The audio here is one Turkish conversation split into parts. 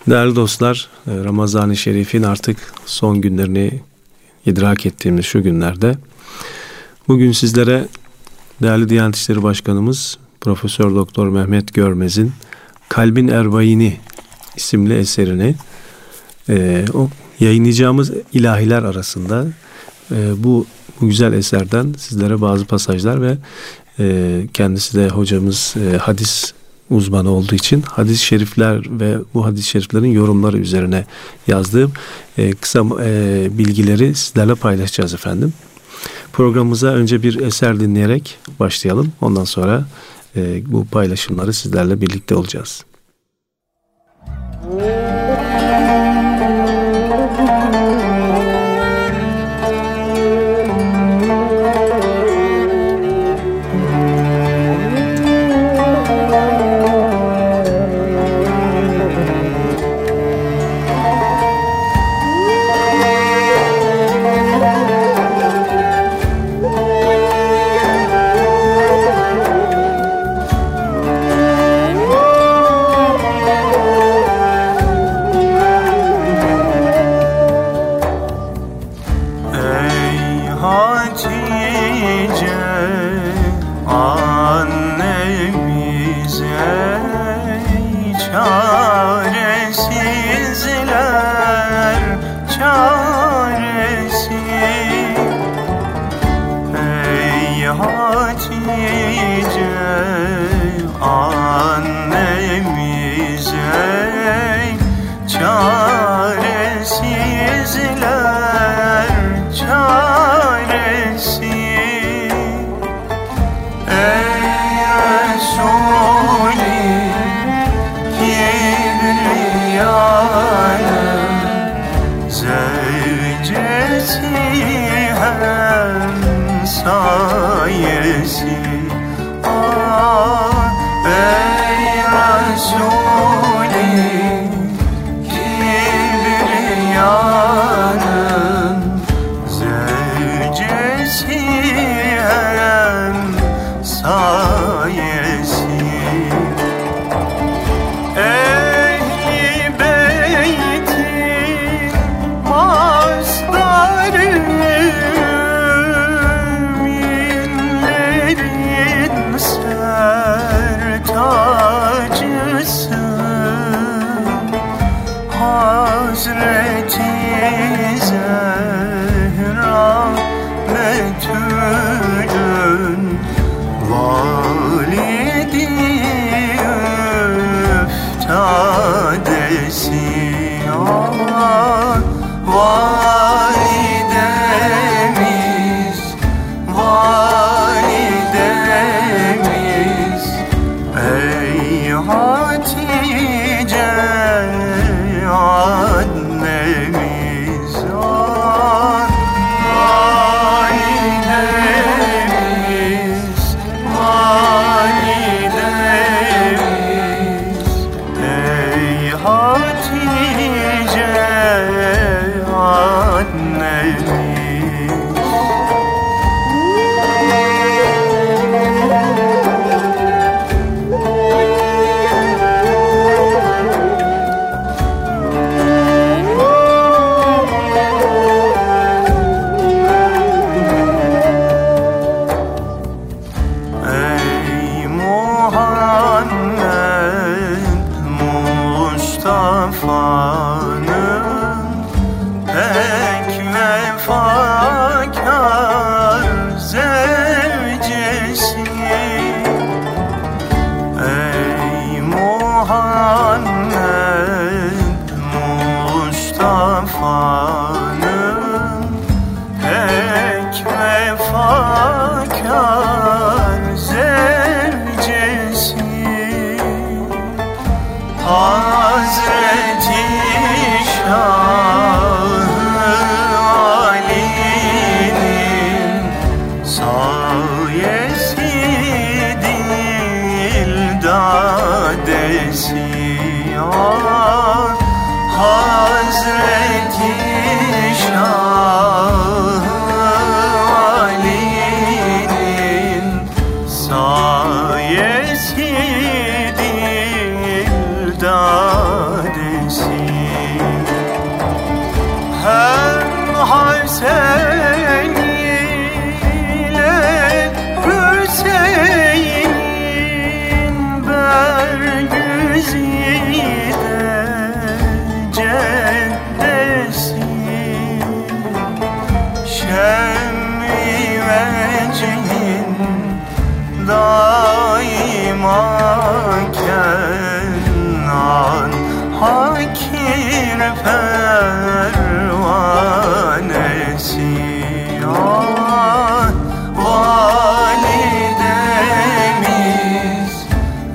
Değerli dostlar, Ramazan-ı Şerif'in artık son günlerini idrak ettiğimiz şu günlerde bugün sizlere değerli Diyanet İşleri Başkanımız Profesör Doktor Mehmet Görmez'in Kalbin Erbayini isimli eserini o yayınlayacağımız ilahiler arasında bu güzel eserden sizlere bazı pasajlar ve kendisi de hocamız hadis uzmanı olduğu için hadis-i şerifler ve bu hadis-i şeriflerin yorumları üzerine yazdığım kısa bilgileri sizlerle paylaşacağız efendim. Programımıza önce bir eser dinleyerek başlayalım. Ondan sonra bu paylaşımları sizlerle birlikte olacağız. Hazreti Şah pervanesi. Ah, validemiz,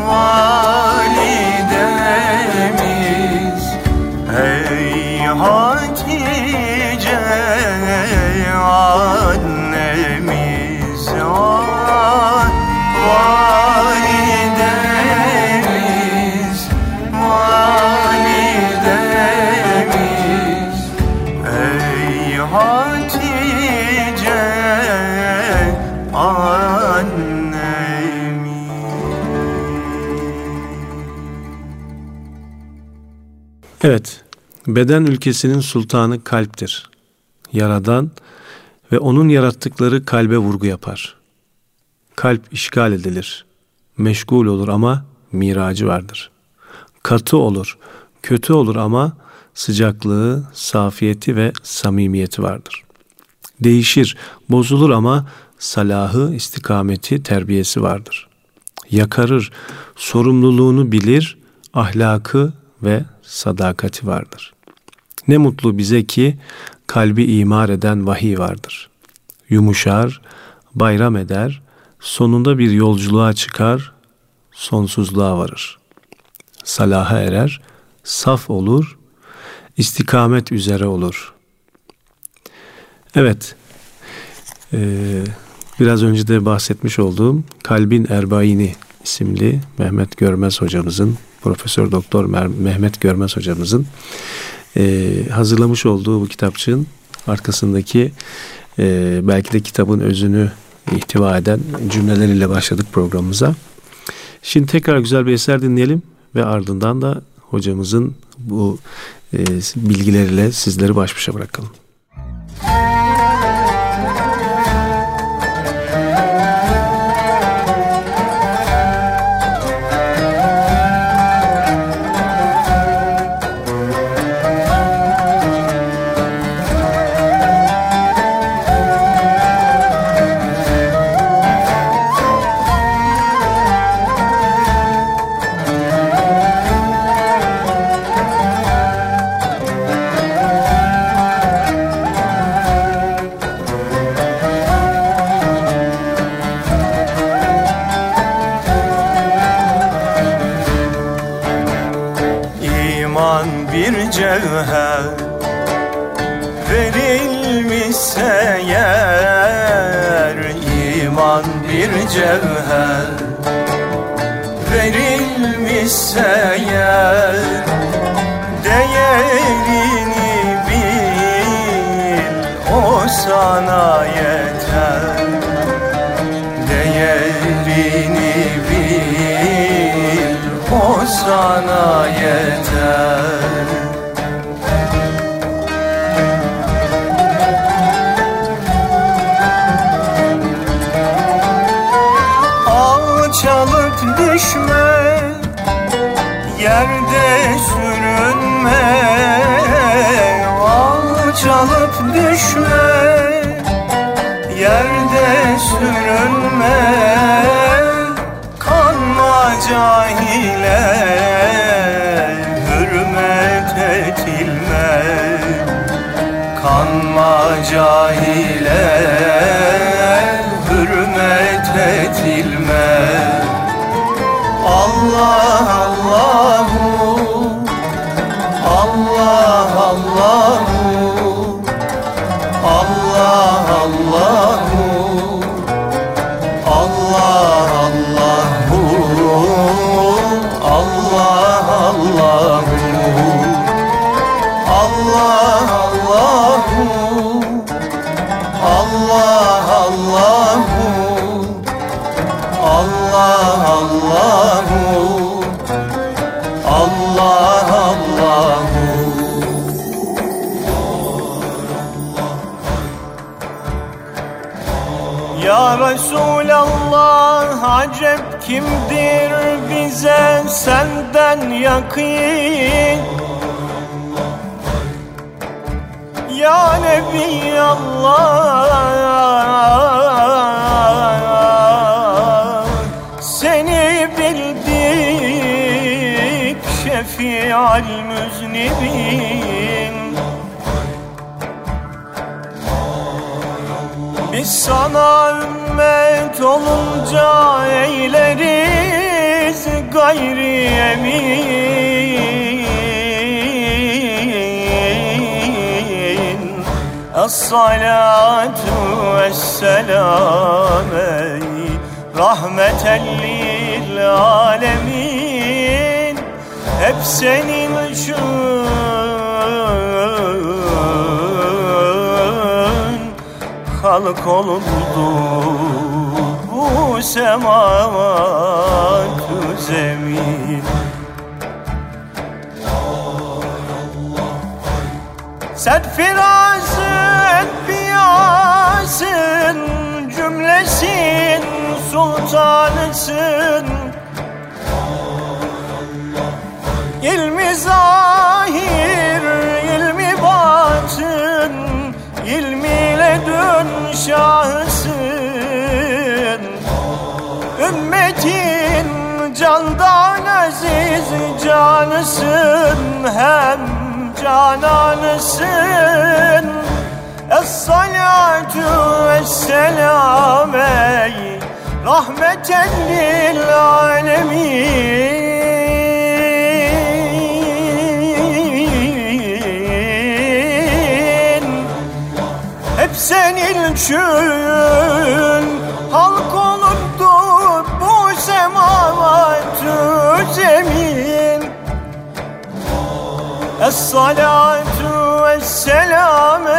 validemiz, ey Hatice annemiz. Ah, validemiz, validemiz, ey Hatice annemiz. Evet, beden ülkesinin sultanı kalptir. Yaradan ve onun yarattıkları kalbe vurgu yapar. Kalp işgal edilir, meşgul olur ama miracı vardır. Katı olur, kötü olur ama sıcaklığı, safiyeti ve samimiyeti vardır. Değişir, bozulur ama salahı, istikameti, terbiyesi vardır. Yakarır, sorumluluğunu bilir, ahlakı ve sadakati vardır. Ne mutlu bize ki kalbi imar eden vahiy vardır. Yumuşar, bayram eder, sonunda bir yolculuğa çıkar, sonsuzluğa varır. Salaha erer, saf olur, istikamet üzere olur. Evet, biraz önce de bahsetmiş olduğum Kalbin Erbaini isimli Mehmet Görmez hocamızın, Profesör Doktor Mehmet Görmez hocamızın hazırlamış olduğu bu kitapçığın arkasındaki belki de kitabın özünü ihtiva eden cümleleriyle başladık programımıza. Şimdi tekrar güzel bir eser dinleyelim ve ardından da hocamızın bu bilgileriyle sizleri baş başa bırakalım. Bir cevher verilmişse yer, iman bir cevher verilmişse yer, değerini bil, o sana yeter. Değerini bil, o sana yeter. Alçalıp düşme, yerde sürünme. Alçalıp düşme, yerde sürünme. Kanma cahile, hürmet edilme. Kanma cahile, hürmet edilme. Allah Allahu, Allah Allahu, Allah Allahu, Allah Allahu, Allah Allahu, Allah Allahu, Allah Allahu, Allah Allahu, Allah Allahu. Ya Resulallah, acep kimdir bize senden yakın? Ya Nebi Allah, seni bildik şefi'al müzmin. müznibin. Biz sana ümmet olunca eyleriz gayri emin. Es-salatu vesselam ey rahmeten lil alemin. Hep senin için halk olundu bu semavat-ı zemin. Serfiraz-ı enbiyasın, cümlesin sultanısın. İlmi zahir, ilmi batın, ilmiyle dön şahısın. Ümmetin candan aziz canısın, hem cananısın. Es-salatu vesselam ey rahmeten lil alemin. Hep senin için halk olundu bu semavat-ı zemin. Es-salatu vesselam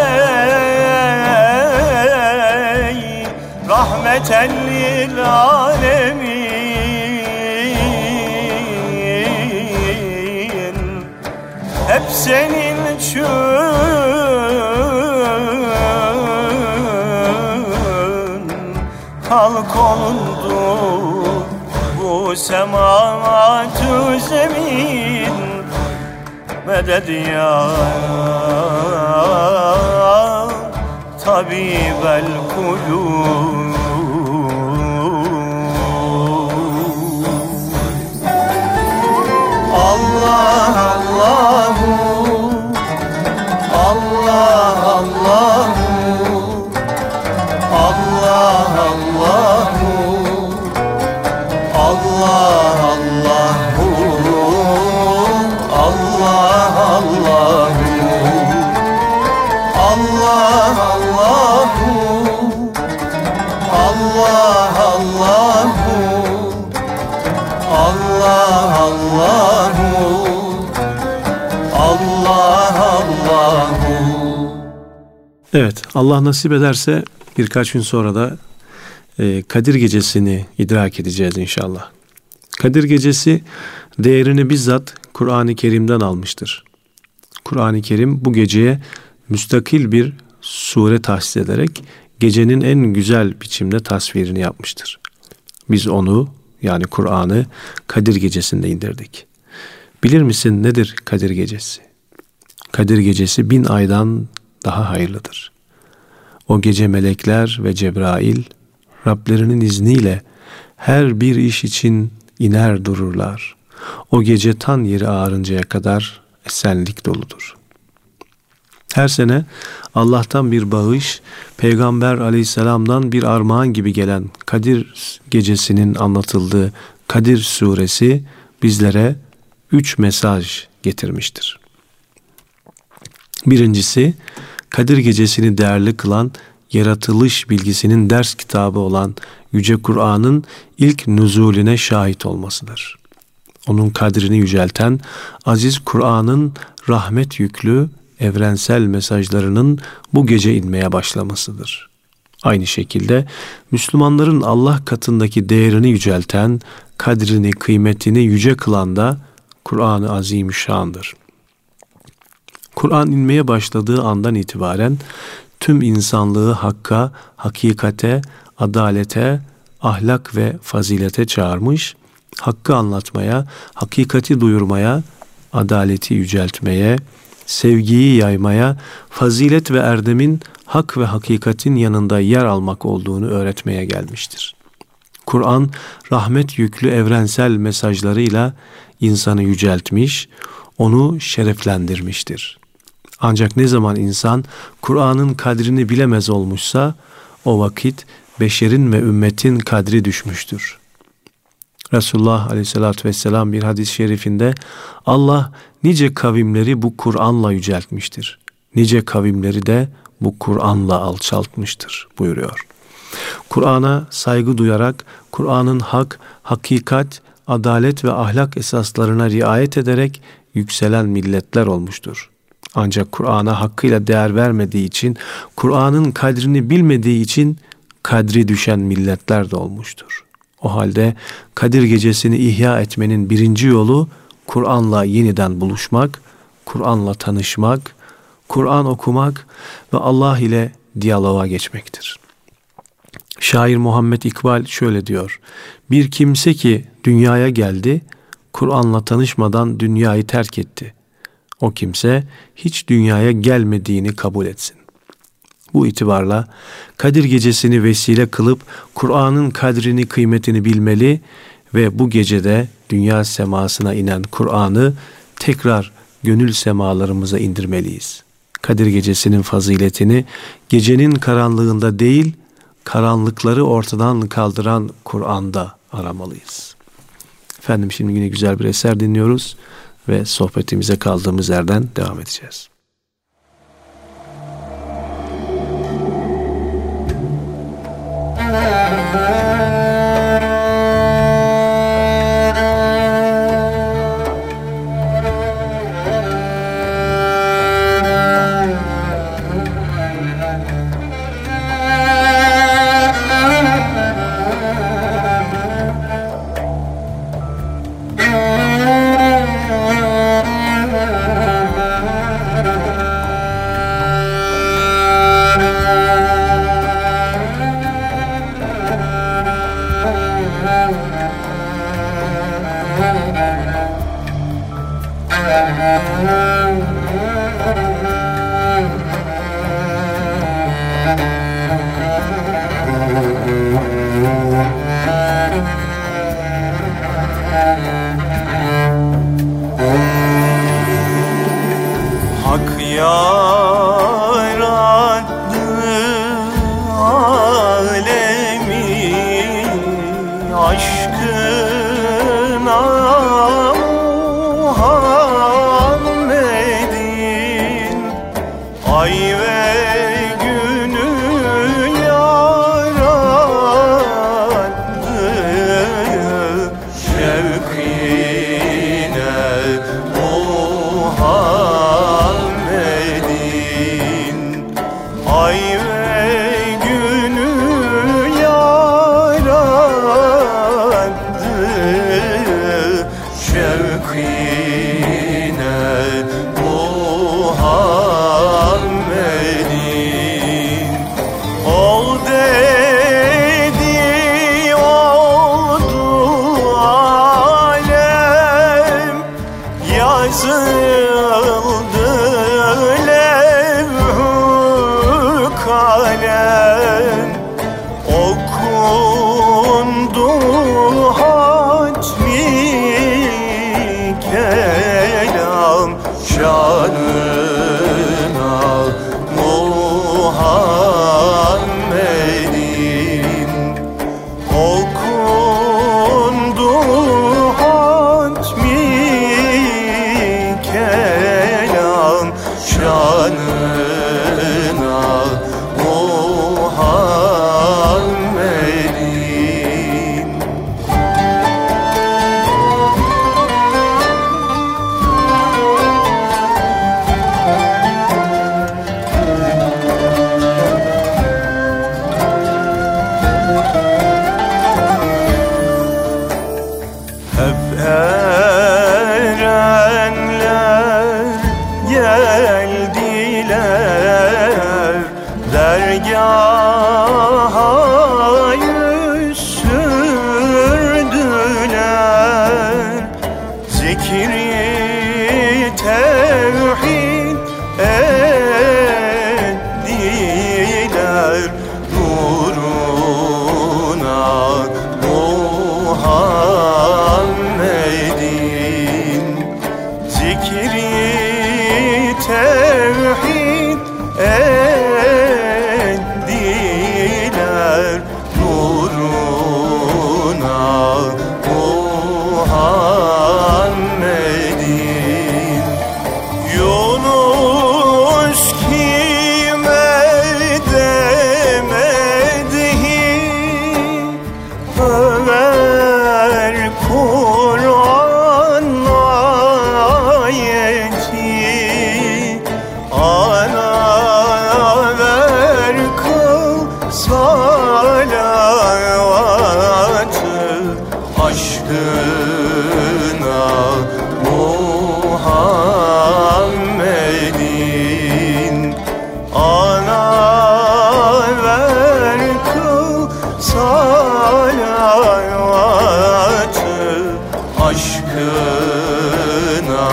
ey rahmeten lil alemin. Hep senin için halk olundu bu semavat-ı zemin. Medet ya tabibel kulub. Allah Allahu, Allah Allahu, Allah Allahu, Allah Allahu, Allah Allahu, Allah Allahu, Allah Allahu, Allah Allahu, Allah Allahu. Evet, Allah nasip ederse birkaç gün sonra da Kadir Gecesi'ni idrak edeceğiz inşallah. Kadir Gecesi değerini bizzat Kur'an-ı Kerim'den almıştır. Kur'an-ı Kerim bu geceye müstakil bir sure tahsis ederek gecenin en güzel biçimde tasvirini yapmıştır. Biz onu, yani Kur'an'ı Kadir Gecesi'nde indirdik. Bilir misin nedir Kadir Gecesi? Kadir Gecesi 1000 aydan daha hayırlıdır. O gece melekler ve Cebrail Rablerinin izniyle her bir iş için iner dururlar. O gece tan yeri ağarıncaya kadar esenlik doludur. Her sene Allah'tan bir bağış, Peygamber Aleyhisselam'dan bir armağan gibi gelen Kadir Gecesi'nin anlatıldığı Kadir Suresi bizlere 3 mesaj getirmiştir. Birincisi, Kadir Gecesi'ni değerli kılan yaratılış bilgisinin ders kitabı olan Yüce Kur'an'ın ilk nüzulüne şahit olmasıdır. Onun kadrini yücelten aziz Kur'an'ın rahmet yüklü evrensel mesajlarının bu gece inmeye başlamasıdır. Aynı şekilde Müslümanların Allah katındaki değerini yücelten, kadrini, kıymetini yüce kılan da Kur'an-ı Azimüşşan'dır. Kur'an inmeye başladığı andan itibaren tüm insanlığı hakka, hakikate, adalete, ahlak ve fazilete çağırmış, hakkı anlatmaya, hakikati duyurmaya, adaleti yüceltmeye, sevgiyi yaymaya, fazilet ve erdemin hak ve hakikatin yanında yer almak olduğunu öğretmeye gelmiştir. Kur'an, rahmet yüklü evrensel mesajlarıyla insanı yüceltmiş, onu şereflendirmiştir. Ancak ne zaman insan Kur'an'ın kadrini bilemez olmuşsa o vakit beşerin ve ümmetin kadri düşmüştür. Resulullah Aleyhisselatü Vesselam bir hadis-i şerifinde Allah nice kavimleri bu Kur'an'la yüceltmiştir. Nice kavimleri de bu Kur'an'la alçaltmıştır buyuruyor. Kur'an'a saygı duyarak Kur'an'ın hak, hakikat, adalet ve ahlak esaslarına riayet ederek yükselen milletler olmuştur. Ancak Kur'an'a hakkıyla değer vermediği için, Kur'an'ın kadrini bilmediği için kadri düşen milletler de olmuştur. O halde Kadir Gecesi'ni ihya etmenin birinci yolu Kur'an'la yeniden buluşmak, Kur'an'la tanışmak, Kur'an okumak ve Allah ile diyaloğa geçmektir. Şair Muhammed İkbal şöyle diyor: bir kimse ki dünyaya geldi, Kur'an'la tanışmadan dünyayı terk etti. O kimse hiç dünyaya gelmediğini kabul etsin. Bu itibarla Kadir Gecesi'ni vesile kılıp Kur'an'ın kadrini, kıymetini bilmeli ve bu gecede dünya semasına inen Kur'an'ı tekrar gönül semalarımıza indirmeliyiz. Kadir Gecesi'nin faziletini gecenin karanlığında değil, karanlıkları ortadan kaldıran Kur'an'da aramalıyız. Efendim, şimdi yine güzel bir eser dinliyoruz ve sohbetimize kaldığımız yerden devam edeceğiz. Hak yarattı alemi aşkına Muhammed'in, ay ve günü yarattı şevkine Muhammed'in, ay ve günü yarattı şevkine Muhammed'in. Ol dedi oldu alem, yazıldı levh-ü kalem, okundu hatmi kelam şanına Muhammed'in, okundu hatmi kelam şanına Muhammed'in. Hep erenler geldiler, dergaha yüz sürdüler, zikri tevhid ettiler, nuruna Muhammed'in, zikri tevhid ettiler nuruna Muhammed'in. Yunus kime demedi över Kur'an ayeti, ana ver kıl salavatı aşkına Muhammed'in. Ana ver kıl salavatı aşkına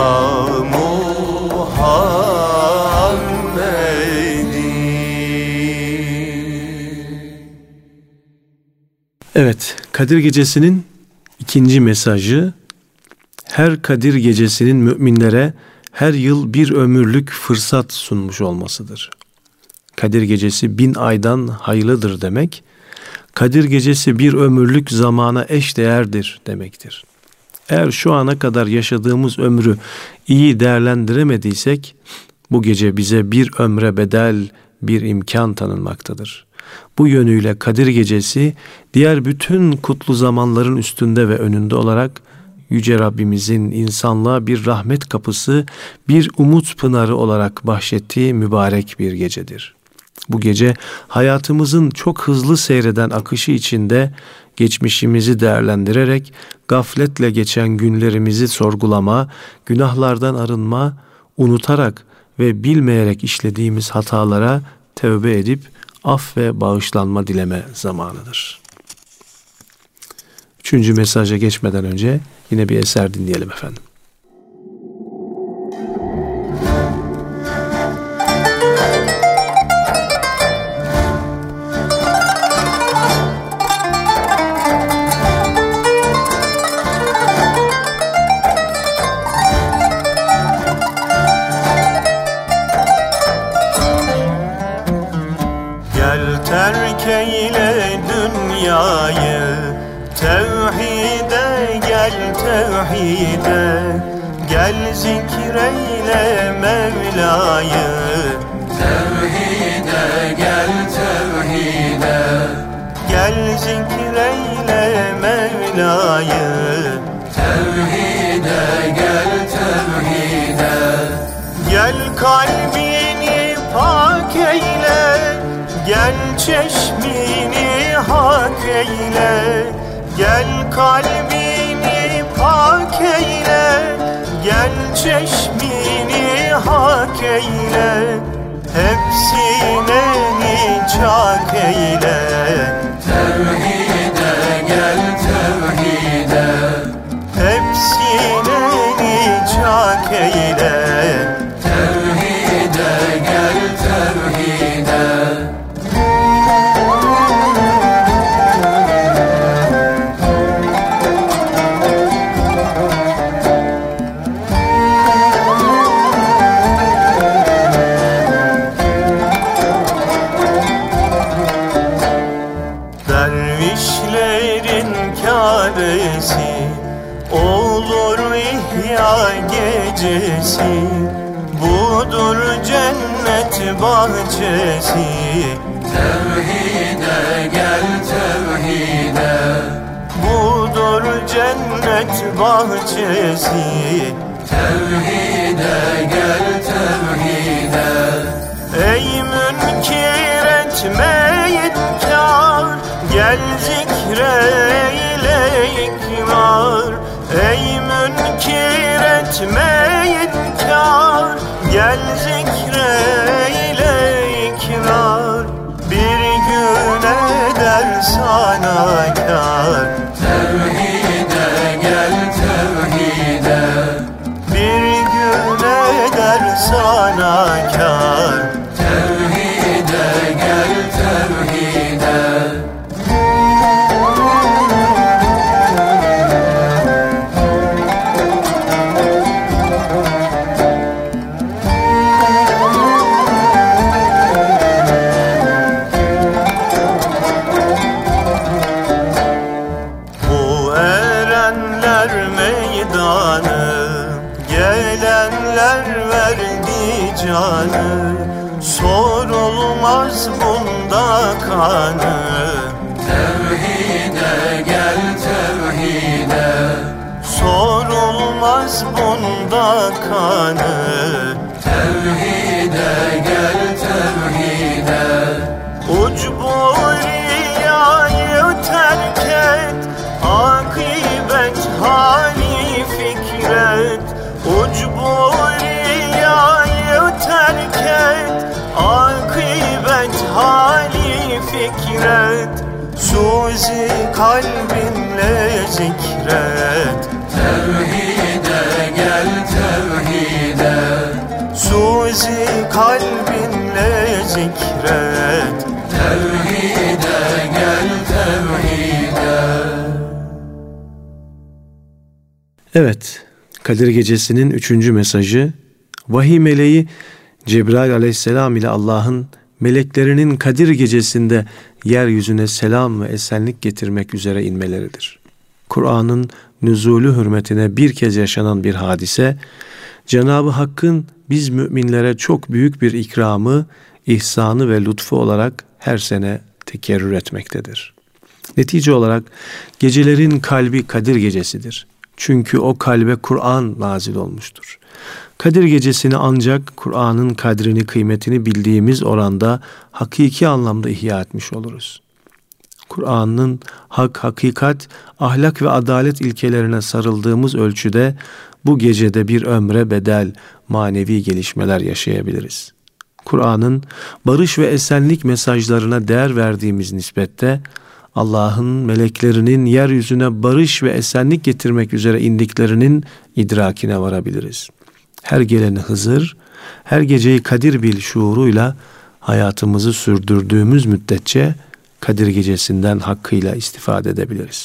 Muhammed'in. Evet, Kadir Gecesi'nin ikinci mesajı, her Kadir Gecesi'nin müminlere her yıl bir ömürlük fırsat sunmuş olmasıdır. Kadir Gecesi 1000 aydan hayırlıdır demek, Kadir Gecesi bir ömürlük zamana eşdeğerdir demektir. Eğer şu ana kadar yaşadığımız ömrü iyi değerlendiremediysek, bu gece bize bir ömre bedel bir imkan tanınmaktadır. Bu yönüyle Kadir Gecesi diğer bütün kutlu zamanların üstünde ve önünde olarak Yüce Rabbimizin insanlığa bir rahmet kapısı, bir umut pınarı olarak bahşettiği mübarek bir gecedir. Bu gece hayatımızın çok hızlı seyreden akışı içinde geçmişimizi değerlendirerek gafletle geçen günlerimizi sorgulama, günahlardan arınma, unutarak ve bilmeyerek işlediğimiz hatalara tövbe edip af ve bağışlanma dileme zamanıdır. Üçüncü mesaja geçmeden önce yine bir eser dinleyelim efendim. Terk eyle dünyayı, tevhide gel tevhide, gel zikreyle Mevla'yı. Tevhide gel tevhide, gel zikreyle Mevla'yı. Tevhide gel tevhide, gel kalbini pak eyle, gel çeşmini hak eyle, gel kalbini pak eyle, gel çeşmini hak eyle, hepsine niçak eyle. Tevhide gel tevhide, hepsine niçak eyle. Tevhide gel tevhide. Olur ihya gecesi, budur cennet bahçesi. Tevhide gel tevhide, budur cennet bahçesi. Tevhide gel tevhide, ey münkir etme inkar, gel zikreyle ikrar. Ey münkir etme inkar, gel zikreyle ikrar. Bir gün eder sana kar. Tevhide gel tevhide, bir gün eder sana kar. Tevhide gel tevhide. canı, sorulmaz bunda kanı. Tevhide gel tevhide, sorulmaz bunda kanı. Tevhide gel tevhide, Ucbu riyayı terk et, akibet hali fikret. Ucbu riyayı terk et, akibet hali fikret. Suzi kalbinle zikret. tevhide gel tevhide, Suzi kalbinle zikret. tevhide gel tevhide. Evet, Kadir Gecesi'nin 3. mesajı, vahiy meleği Cebrail aleyhisselam ile Allah'ın meleklerinin Kadir Gecesi'nde yeryüzüne selam ve esenlik getirmek üzere inmeleridir. Kur'an'ın nüzulü hürmetine bir kez yaşanan bir hadise, Cenab-ı Hakk'ın biz müminlere çok büyük bir ikramı, ihsanı ve lütfu olarak her sene tekerrür etmektedir. Netice olarak gecelerin kalbi Kadir Gecesidir. Çünkü o kalbe Kur'an nazil olmuştur. Kadir Gecesi'ni ancak Kur'an'ın kadrini, kıymetini bildiğimiz oranda hakiki anlamda ihya etmiş oluruz. Kur'an'ın hak, hakikat, ahlak ve adalet ilkelerine sarıldığımız ölçüde bu gecede bir ömre bedel manevi gelişmeler yaşayabiliriz. Kur'an'ın barış ve esenlik mesajlarına değer verdiğimiz nispette Allah'ın meleklerinin yeryüzüne barış ve esenlik getirmek üzere indiklerinin idrakine varabiliriz. Her geleni Hızır, her geceyi Kadir bil şuuruyla hayatımızı sürdürdüğümüz müddetçe Kadir Gecesi'nden hakkıyla istifade edebiliriz.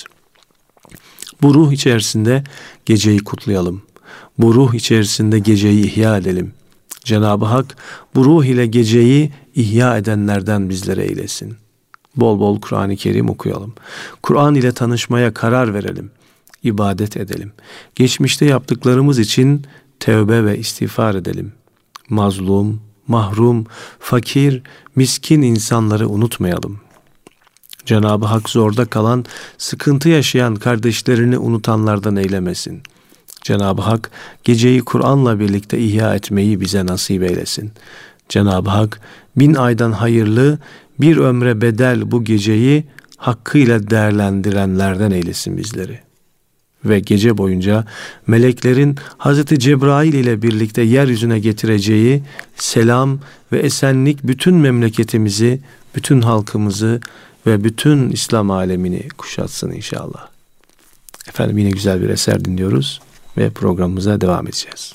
Bu ruh içerisinde geceyi kutlayalım. Bu ruh içerisinde geceyi ihya edelim. Cenab-ı Hak bu ruh ile geceyi ihya edenlerden bizlere eylesin. Bol bol Kur'an-ı Kerim okuyalım. Kur'an ile tanışmaya karar verelim. İbadet edelim. Geçmişte yaptıklarımız için tevbe ve istiğfar edelim. Mazlum, mahrum, fakir, miskin insanları unutmayalım. Cenab-ı Hak zorda kalan, sıkıntı yaşayan kardeşlerini unutanlardan eylemesin. Cenab-ı Hak geceyi Kur'an'la birlikte ihya etmeyi bize nasip eylesin. Cenab-ı Hak 1000 aydan hayırlı, bir ömre bedel bu geceyi hakkıyla değerlendirenlerden eylesin bizleri. Ve gece boyunca meleklerin Hazreti Cebrail ile birlikte yeryüzüne getireceği selam ve esenlik bütün memleketimizi, bütün halkımızı ve bütün İslam alemini kuşatsın inşallah. Efendim yine güzel bir eser dinliyoruz ve programımıza devam edeceğiz.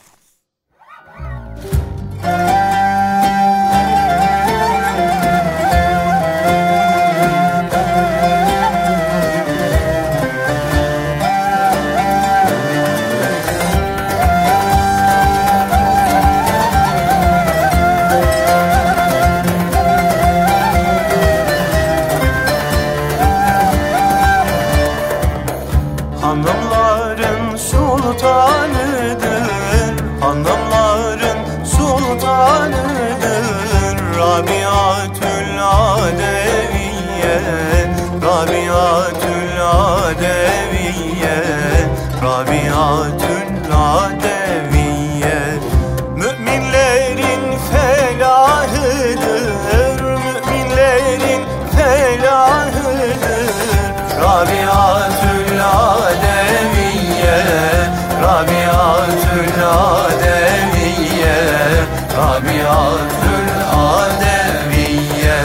Hanımların sultanıdır, hanımların sultanıdır. Rabiatül Adeviye, Rabiatül Adeviye, Rabiatül Adeviye. Müminlerin felahıdır, müminlerin felahıdır. Rabiatül Adeviye, Rabiatül Adeviye, Rabiatül Adeviye.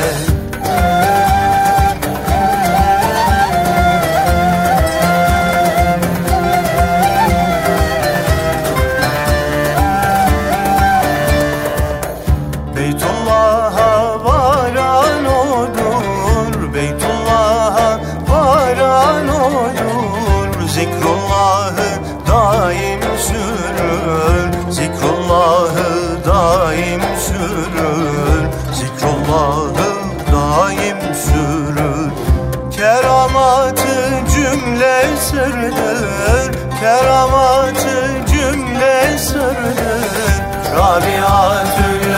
Beytullah'a varan odur, Beytullah'a varan odur. Zikrullah'ı daim sürür, zikrullah'ı daim sürür, zikrullah'ı daim sürür. Keramatı cümle sırdır, keramatı cümle sırdır. Rabiatül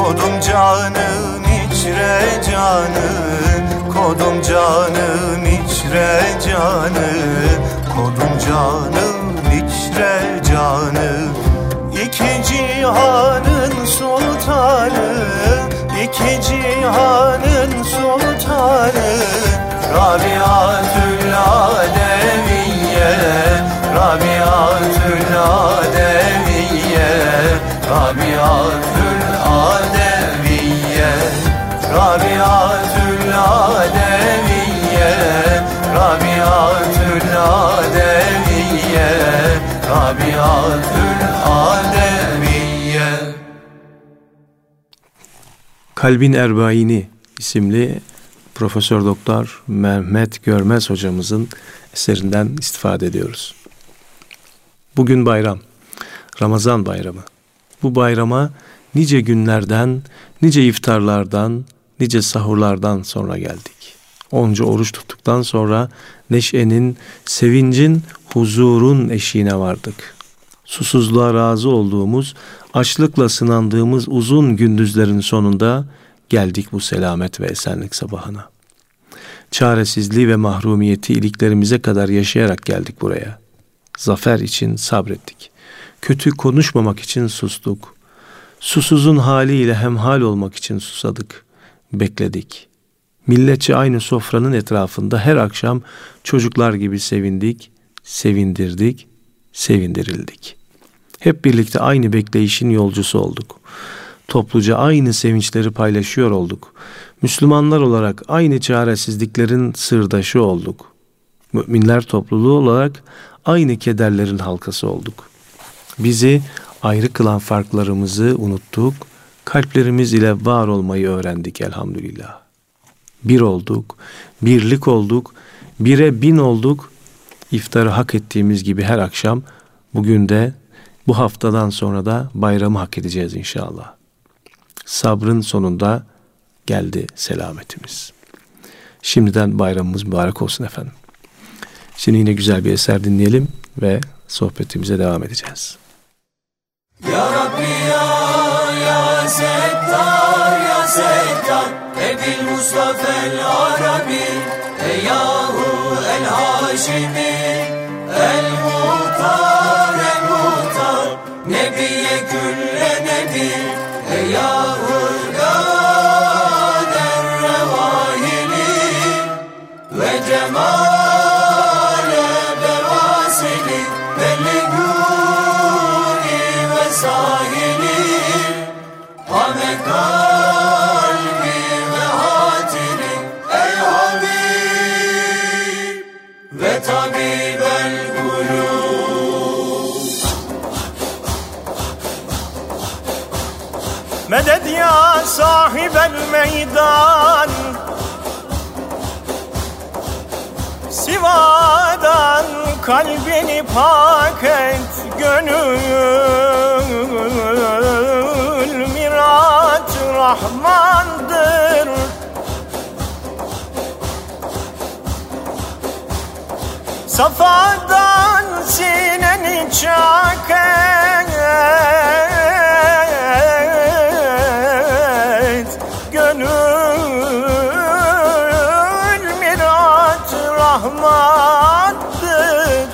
Kodum canım içre canı, kodum canım içre canı, kodum canım içre canı. İki cihanın sultanı, iki cihanın sultanı, Rabiatül Adeviye, Rabiatül Adeviye, Rabiatül Adeviye, Rabiatül Adeviye, Rabiatül Adeviye, Rabiatül Adeviye. Kalbin Erbaini isimli Profesör Doktor Mehmet Görmez hocamızın eserinden istifade ediyoruz. Bugün bayram, Ramazan bayramı. Bu bayrama nice günlerden, nice iftarlardan, nice sahurlardan sonra geldik. Onca oruç tuttuktan sonra neşenin, sevincin, huzurun eşiğine vardık. Susuzluğa razı olduğumuz, açlıkla sınandığımız uzun gündüzlerin sonunda geldik bu selamet ve esenlik sabahına. Çaresizliği ve mahrumiyeti iliklerimize kadar yaşayarak geldik buraya. Zafer için sabrettik. Kötü konuşmamak için sustuk. Susuzun haliyle hemhal olmak için susadık. Bekledik. Milletçe aynı sofranın etrafında her akşam çocuklar gibi sevindik, sevindirdik, sevindirildik. Hep birlikte aynı bekleyişin yolcusu olduk. Topluca aynı sevinçleri paylaşıyor olduk. Müslümanlar olarak aynı çaresizliklerin sırdaşı olduk. Müminler topluluğu olarak aynı kederlerin halkası olduk. Bizi ayrı kılan farklarımızı unuttuk. Kalplerimiz ile var olmayı öğrendik elhamdülillah. Bir olduk, birlik olduk, 1'e 1000 olduk. İftarı hak ettiğimiz gibi her akşam bugün de bu haftadan sonra da bayramı hak edeceğiz inşallah. Sabrın sonunda geldi selametimiz. Şimdiden bayramımız mübarek olsun efendim. Şimdi yine güzel bir eser dinleyelim ve sohbetimize devam edeceğiz. Ya Rabbi ya Settar ya Settar, Ebil Mustafa el Arabi, Eyyahu el Haşimi, el Muhtar el Muhtar, Nebiye külle nebi, Eyyahu gader revahili ve cemale bevasili belli guni ve sahili, hame kalbi ve hatiri, ey Habib ve tabibel kulub. Medet ya sahibel meydan, Sivadan kalbini pak et gönül, Mirat Rahmandır. Safadan sineni çak et gönül, Mirat Rahmandır.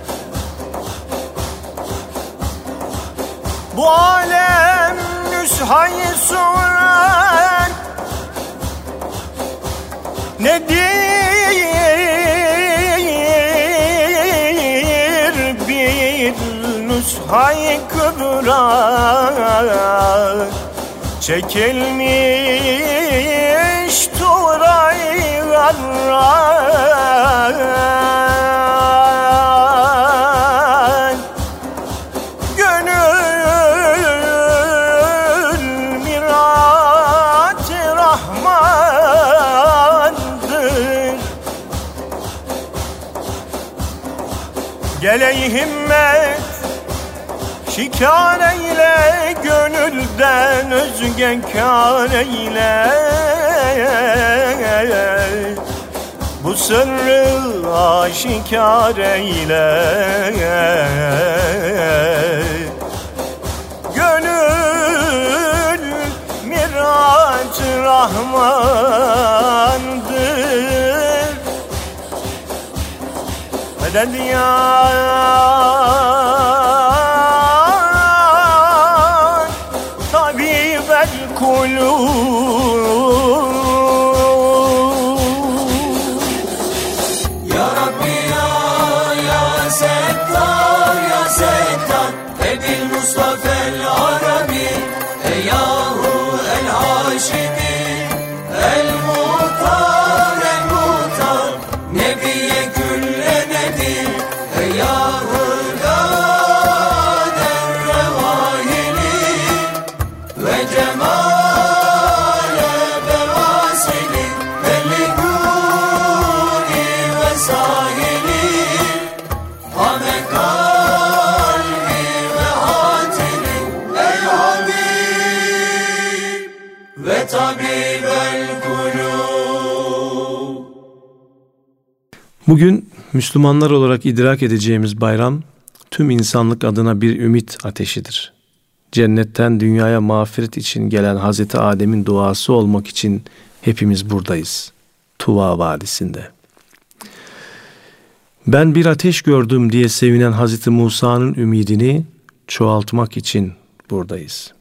Bu alem nüshayı suren nedir bir nüshayı kübra, çekilmiş Tuğra'yı garran, gönül Mirat-ı Rahman'dır. Gele himmet şikar eyle, gönülden özge kâr eyle. Bu sırrı aşikar eyle. Gönül Mirat Rahmandır. Medet ya tabibel kulub. Ya Rabbi ya Settar ya Settar Ebil Mustafa el Arabi Eyyahu el Haşimi el Muhtar el Muhtar Nebiye külle nebi Eyyahu gader revahili ve cemale bevasili belli guri ve sahili Hame kalbi ve hatili ey Habib ve tabibel kulub. Bugün Müslümanlar olarak idrak edeceğimiz bayram tüm insanlık adına bir ümit ateşidir. Cennetten dünyaya mağfiret için gelen Hazreti Adem'in duası olmak için hepimiz buradayız. Tuva Vadisi'nde. Ben bir ateş gördüm diye sevinen Hazreti Musa'nın ümidini çoğaltmak için buradayız.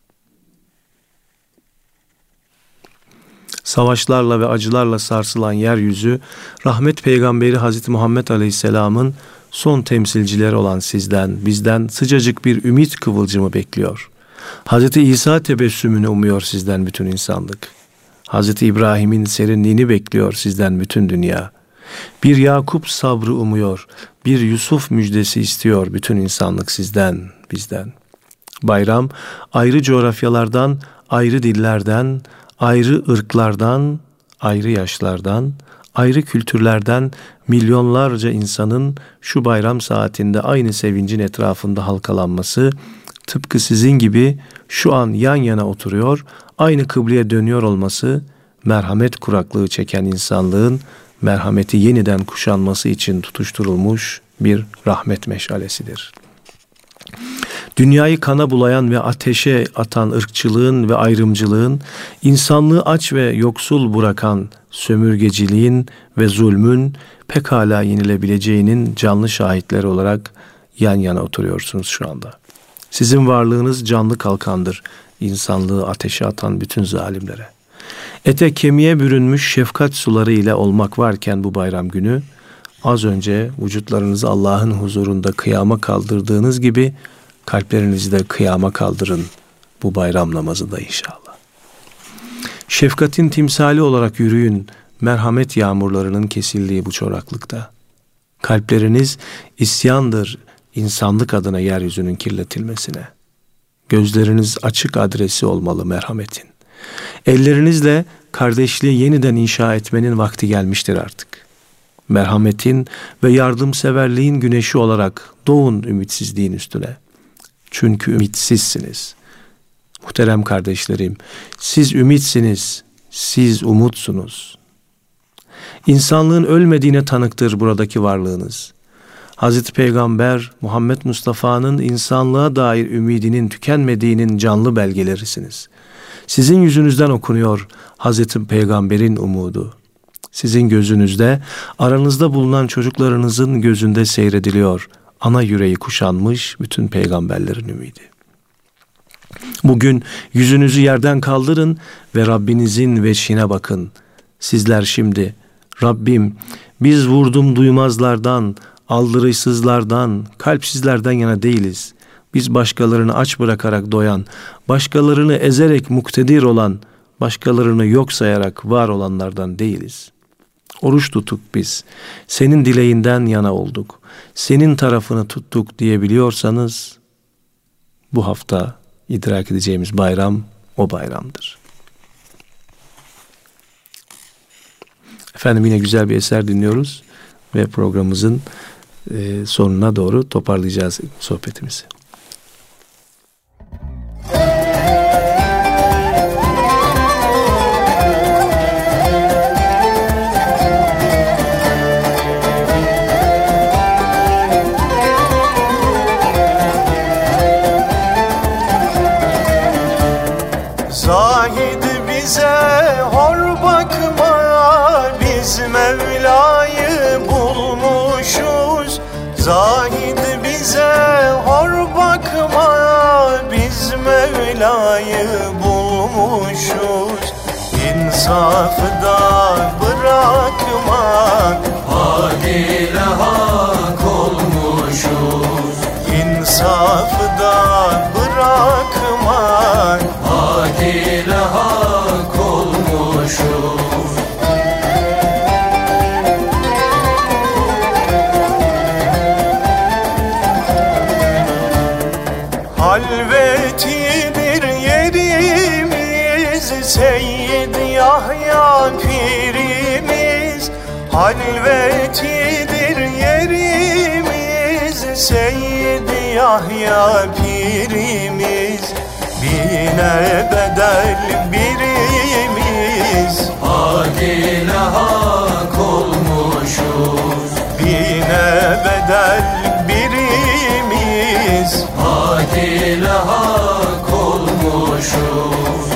Savaşlarla ve acılarla sarsılan yeryüzü, rahmet peygamberi Hazreti Muhammed Aleyhisselam'ın son temsilcileri olan sizden, bizden sıcacık bir ümit kıvılcımı bekliyor. Hazreti İsa tebessümünü umuyor sizden bütün insanlık. Hazreti İbrahim'in serinliğini bekliyor sizden bütün dünya. Bir Yakup sabrı umuyor, bir Yusuf müjdesi istiyor bütün insanlık sizden, bizden. Bayram ayrı coğrafyalardan, ayrı dillerden, ayrı ırklardan, ayrı yaşlardan, ayrı kültürlerden milyonlarca insanın şu bayram saatinde aynı sevincin etrafında halkalanması, tıpkı sizin gibi şu an yan yana oturuyor, aynı kıbleye dönüyor olması, merhamet kuraklığı çeken insanlığın merhameti yeniden kuşanması için tutuşturulmuş bir rahmet meşalesidir. Dünyayı kana bulayan ve ateşe atan ırkçılığın ve ayrımcılığın, insanlığı aç ve yoksul bırakan sömürgeciliğin ve zulmün pekala yenilebileceğinin canlı şahitleri olarak yan yana oturuyorsunuz şu anda. Sizin varlığınız canlı kalkandır insanlığı ateşe atan bütün zalimlere. Ete kemiğe bürünmüş şefkat suları ile olmak varken bu bayram günü, az önce vücutlarınızı Allah'ın huzurunda kıyama kaldırdığınız gibi kalplerinizi de kıyama kaldırın bu bayram namazında inşallah. Şefkatin timsali olarak yürüyün merhamet yağmurlarının kesildiği bu çoraklıkta. Kalpleriniz isyandır insanlık adına yeryüzünün kirletilmesine. Gözleriniz açık adresi olmalı merhametin. Ellerinizle kardeşliği yeniden inşa etmenin vakti gelmiştir artık. Merhametin ve yardımseverliğin güneşi olarak doğun ümitsizliğin üstüne. Çünkü ümitsizsiniz. Muhterem kardeşlerim, siz ümitsiniz, siz umutsunuz. İnsanlığın ölmediğine tanıktır buradaki varlığınız. Hazreti Peygamber Muhammed Mustafa'nın insanlığa dair ümidinin tükenmediğinin canlı belgelerisiniz. Sizin yüzünüzden okunuyor Hazreti Peygamber'in umudu. Sizin gözünüzde, aranızda bulunan çocuklarınızın gözünde seyrediliyor ana yüreği kuşanmış bütün peygamberlerin ümidi. Bugün yüzünüzü yerden kaldırın ve Rabbinizin veçhine bakın. Sizler şimdi, Rabbim biz vurdum duymazlardan, aldırışsızlardan, kalpsizlerden yana değiliz. Biz başkalarını aç bırakarak doyan, başkalarını ezerek muktedir olan, başkalarını yok sayarak var olanlardan değiliz. Oruç tuttuk biz, senin dileğinden yana olduk, senin tarafını tuttuk diyebiliyorsanız, bu hafta idrak edeceğimiz bayram o bayramdır. Efendim yine güzel bir eser dinliyoruz ve programımızın sonuna doğru toparlayacağız sohbetimizi. Zahid bize hor bakma, biz Mevla'yı bulmuşuz. Zahid bize hor bakma, biz Mevla'yı bulmuşuz. İnsafı da bırakma, hak ile hak olmuşuz. İnsafı da bırakma, hak ile hak olmuşuz. Halvetidir yerimiz, Seyyid Yahya pirimiz. Halvetidir yerimiz, Seyyid Yahya pirimiz. Bine bedel birimiz, hak ile hak olmuşuz. Bine bedel birimiz, hak ile hak olmuşuz.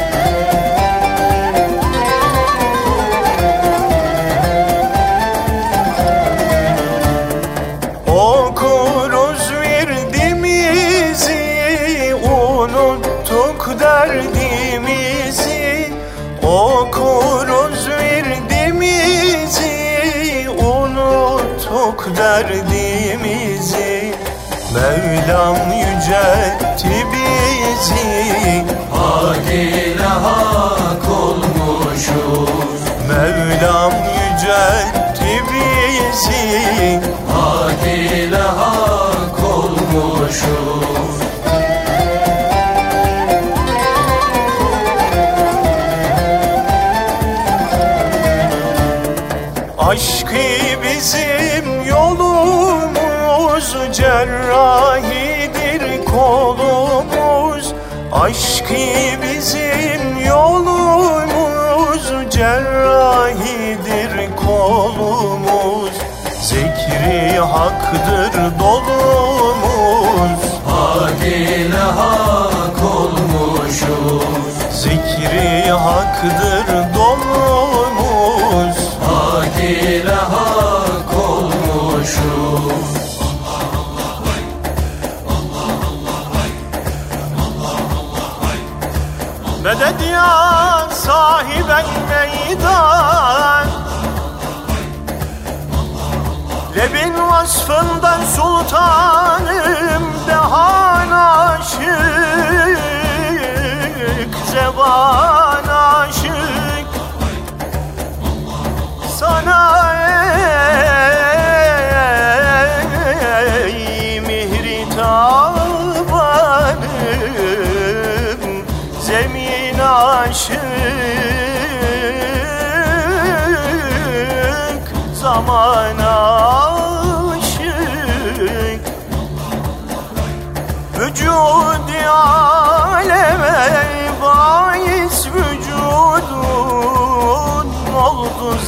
Okuruz virdimizi, unuttuk derdimizi. Okuruz virdimizi, unuttuk derdimizi. Mevlam yüceltti bizi, hak ile hak olmuşuz. Mevlam yüceltti bizi, hak ile hak olmuşuz. aşkı bizim yolumuz, cerrahidir kolumuz. Aşkı bizim yolumuz, cerrahidir kolumuz. Zikri haktır dolumuz, hak ile hak olmuşuz. Zikri haktır dolumuz, hak ile hak olmuşuz. Medet ya sahiben meydan, Lebin vasfından sultanım dehan aşık, zeban aşık. Sana ey mihri tabanım, zemin aşık, zaman aşık. Vücud-i aleme bais vücudun oldu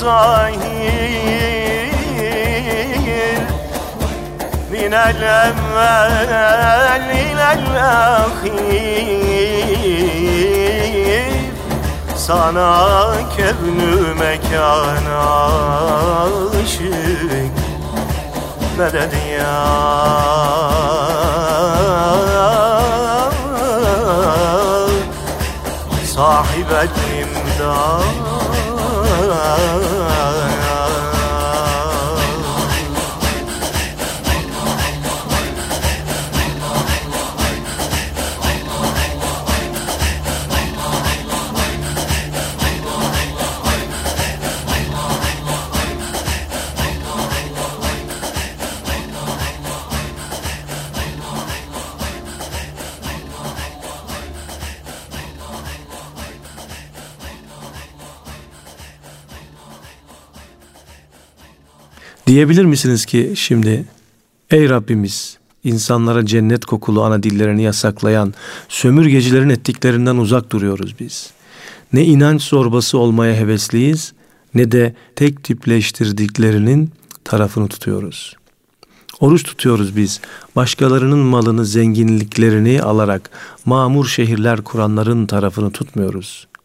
zahir. Minel evvel ilel ahir, sana kevnü mekan aşık. Medet ya sahibet imdad. Diyebilir misiniz ki şimdi, ey Rabbimiz, insanlara cennet kokulu ana dillerini yasaklayan sömürgecilerin ettiklerinden uzak duruyoruz biz. Ne inanç zorbası olmaya hevesliyiz, ne de tek tipleştirdiklerinin tarafını tutuyoruz. Oruç tutuyoruz biz, başkalarının malını, zenginliklerini alarak mamur şehirler kuranların tarafını tutmuyoruz.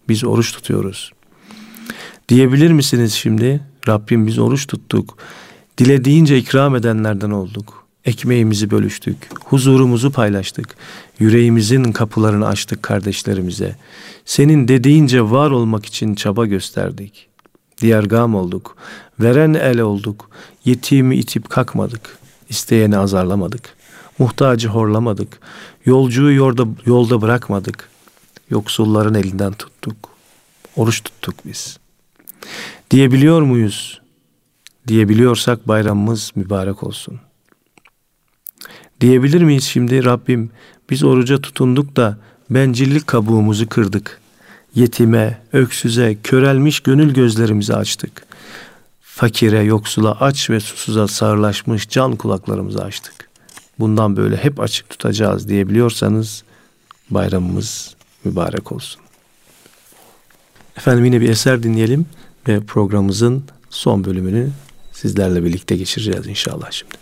biz oruç tutuyoruz. Diyebilir misiniz şimdi? Rabbim biz oruç tuttuk. Dilediğince ikram edenlerden olduk. Ekmeğimizi bölüştük. Huzurumuzu paylaştık. Yüreğimizin kapılarını açtık kardeşlerimize. Senin dediğince var olmak için çaba gösterdik. Diyargam olduk. Veren el olduk. Yetimi itip kalkmadık. İsteyeni azarlamadık. Muhtacı horlamadık. Yolcuyu yolda bırakmadık. Yoksulların elinden tuttuk. Oruç tuttuk biz. Diyebiliyor muyuz? Diyebiliyorsak bayramımız mübarek olsun. Diyebilir miyiz şimdi Rabbim biz oruca tutunduk da bencillik kabuğumuzu kırdık. Yetime, öksüze, körelmiş gönül gözlerimizi açtık. Fakire, yoksula, aç ve susuza sağırlaşmış can kulaklarımızı açtık. Bundan böyle hep açık tutacağız diyebiliyorsanız bayramımız mübarek olsun. Efendim yine bir eser dinleyelim ve programımızın son bölümünü sizlerle birlikte geçireceğiz inşallah şimdi.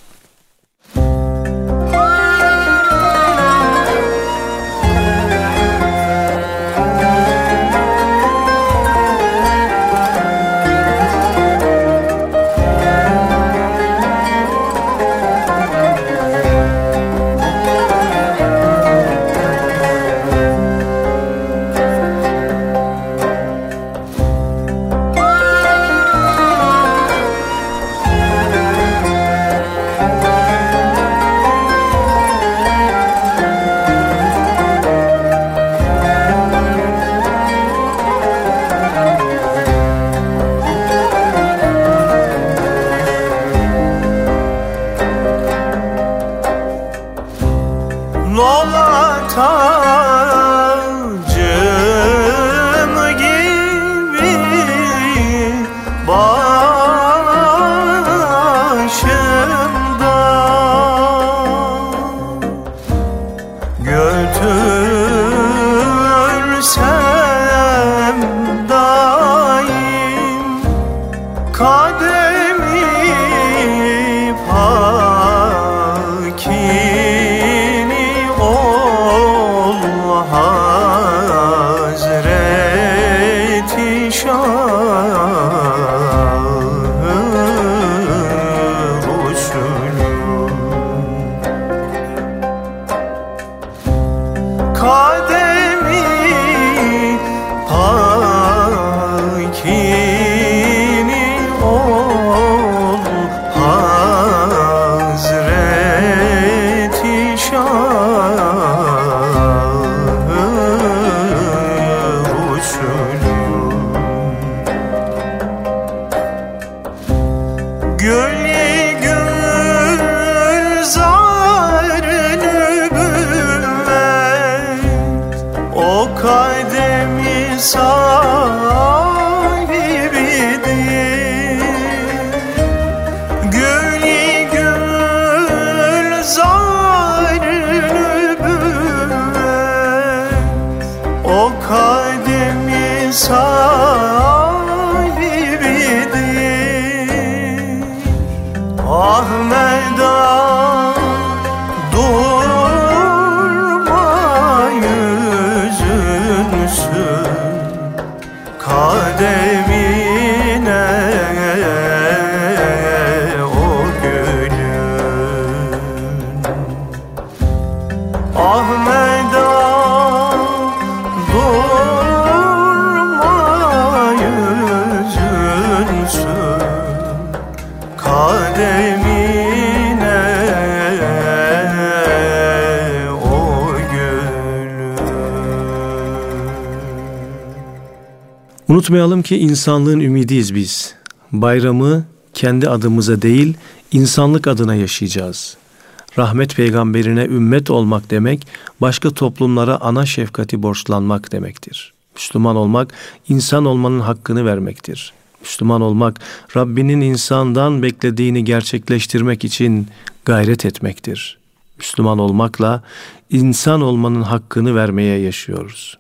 Unutmayalım ki insanlığın ümidiyiz biz. Bayramı kendi adımıza değil, insanlık adına yaşayacağız. Rahmet peygamberine ümmet olmak demek, başka toplumlara ana şefkati borçlanmak demektir. Müslüman olmak, insan olmanın hakkını vermektir. Müslüman olmak, Rabbinin insandan beklediğini gerçekleştirmek için gayret etmektir. Müslüman olmakla insan olmanın hakkını vermeye yaşıyoruz.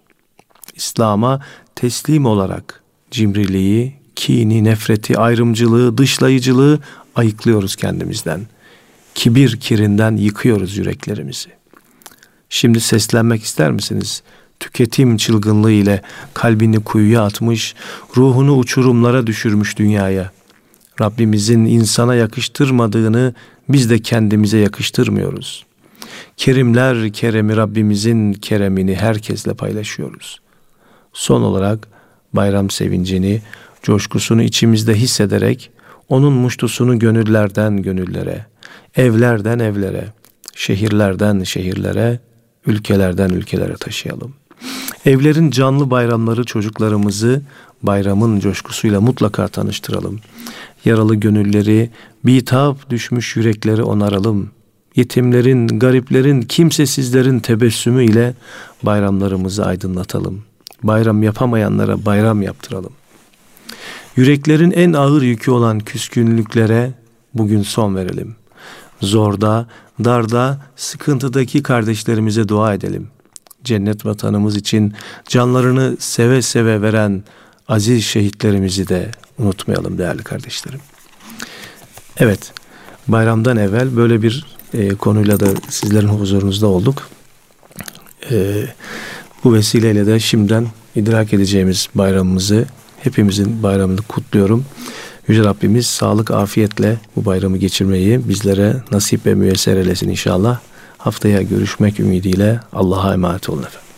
İslam'a teslim olarak cimriliği, kini, nefreti, ayrımcılığı, dışlayıcılığı ayıklıyoruz kendimizden. Kibir kirinden yıkıyoruz yüreklerimizi. Şimdi seslenmek ister misiniz? tüketim çılgınlığı ile kalbini kuyuya atmış, ruhunu uçurumlara düşürmüş dünyaya. Rabbimizin insana yakıştırmadığını biz de kendimize yakıştırmıyoruz. Kerimler keremi Rabbimizin keremini herkesle paylaşıyoruz. Son olarak bayram sevincini, coşkusunu içimizde hissederek onun muştusunu gönüllerden gönüllere, evlerden evlere, şehirlerden şehirlere, ülkelerden ülkelere taşıyalım. Evlerin canlı bayramları çocuklarımızı bayramın coşkusuyla mutlaka tanıştıralım. Yaralı gönülleri, bitap düşmüş yürekleri onaralım. Yetimlerin, gariplerin, kimsesizlerin tebessümü ile bayramlarımızı aydınlatalım. Bayram yapamayanlara bayram yaptıralım. Yüreklerin en ağır yükü olan küskünlüklere bugün son verelim. Zorda, darda, sıkıntıdaki kardeşlerimize dua edelim. Cennet vatanımız için canlarını seve seve veren aziz şehitlerimizi de unutmayalım değerli kardeşlerim. Evet, bayramdan evvel böyle bir konuyla da sizlerin huzurunuzda olduk. Bu vesileyle de şimdiden idrak edeceğimiz bayramımızı, hepimizin bayramını kutluyorum. Yüce Rabbimiz sağlık, afiyetle bu bayramı geçirmeyi bizlere nasip ve müyesser eylesin inşallah. Haftaya görüşmek ümidiyle Allah'a emanet olun efendim.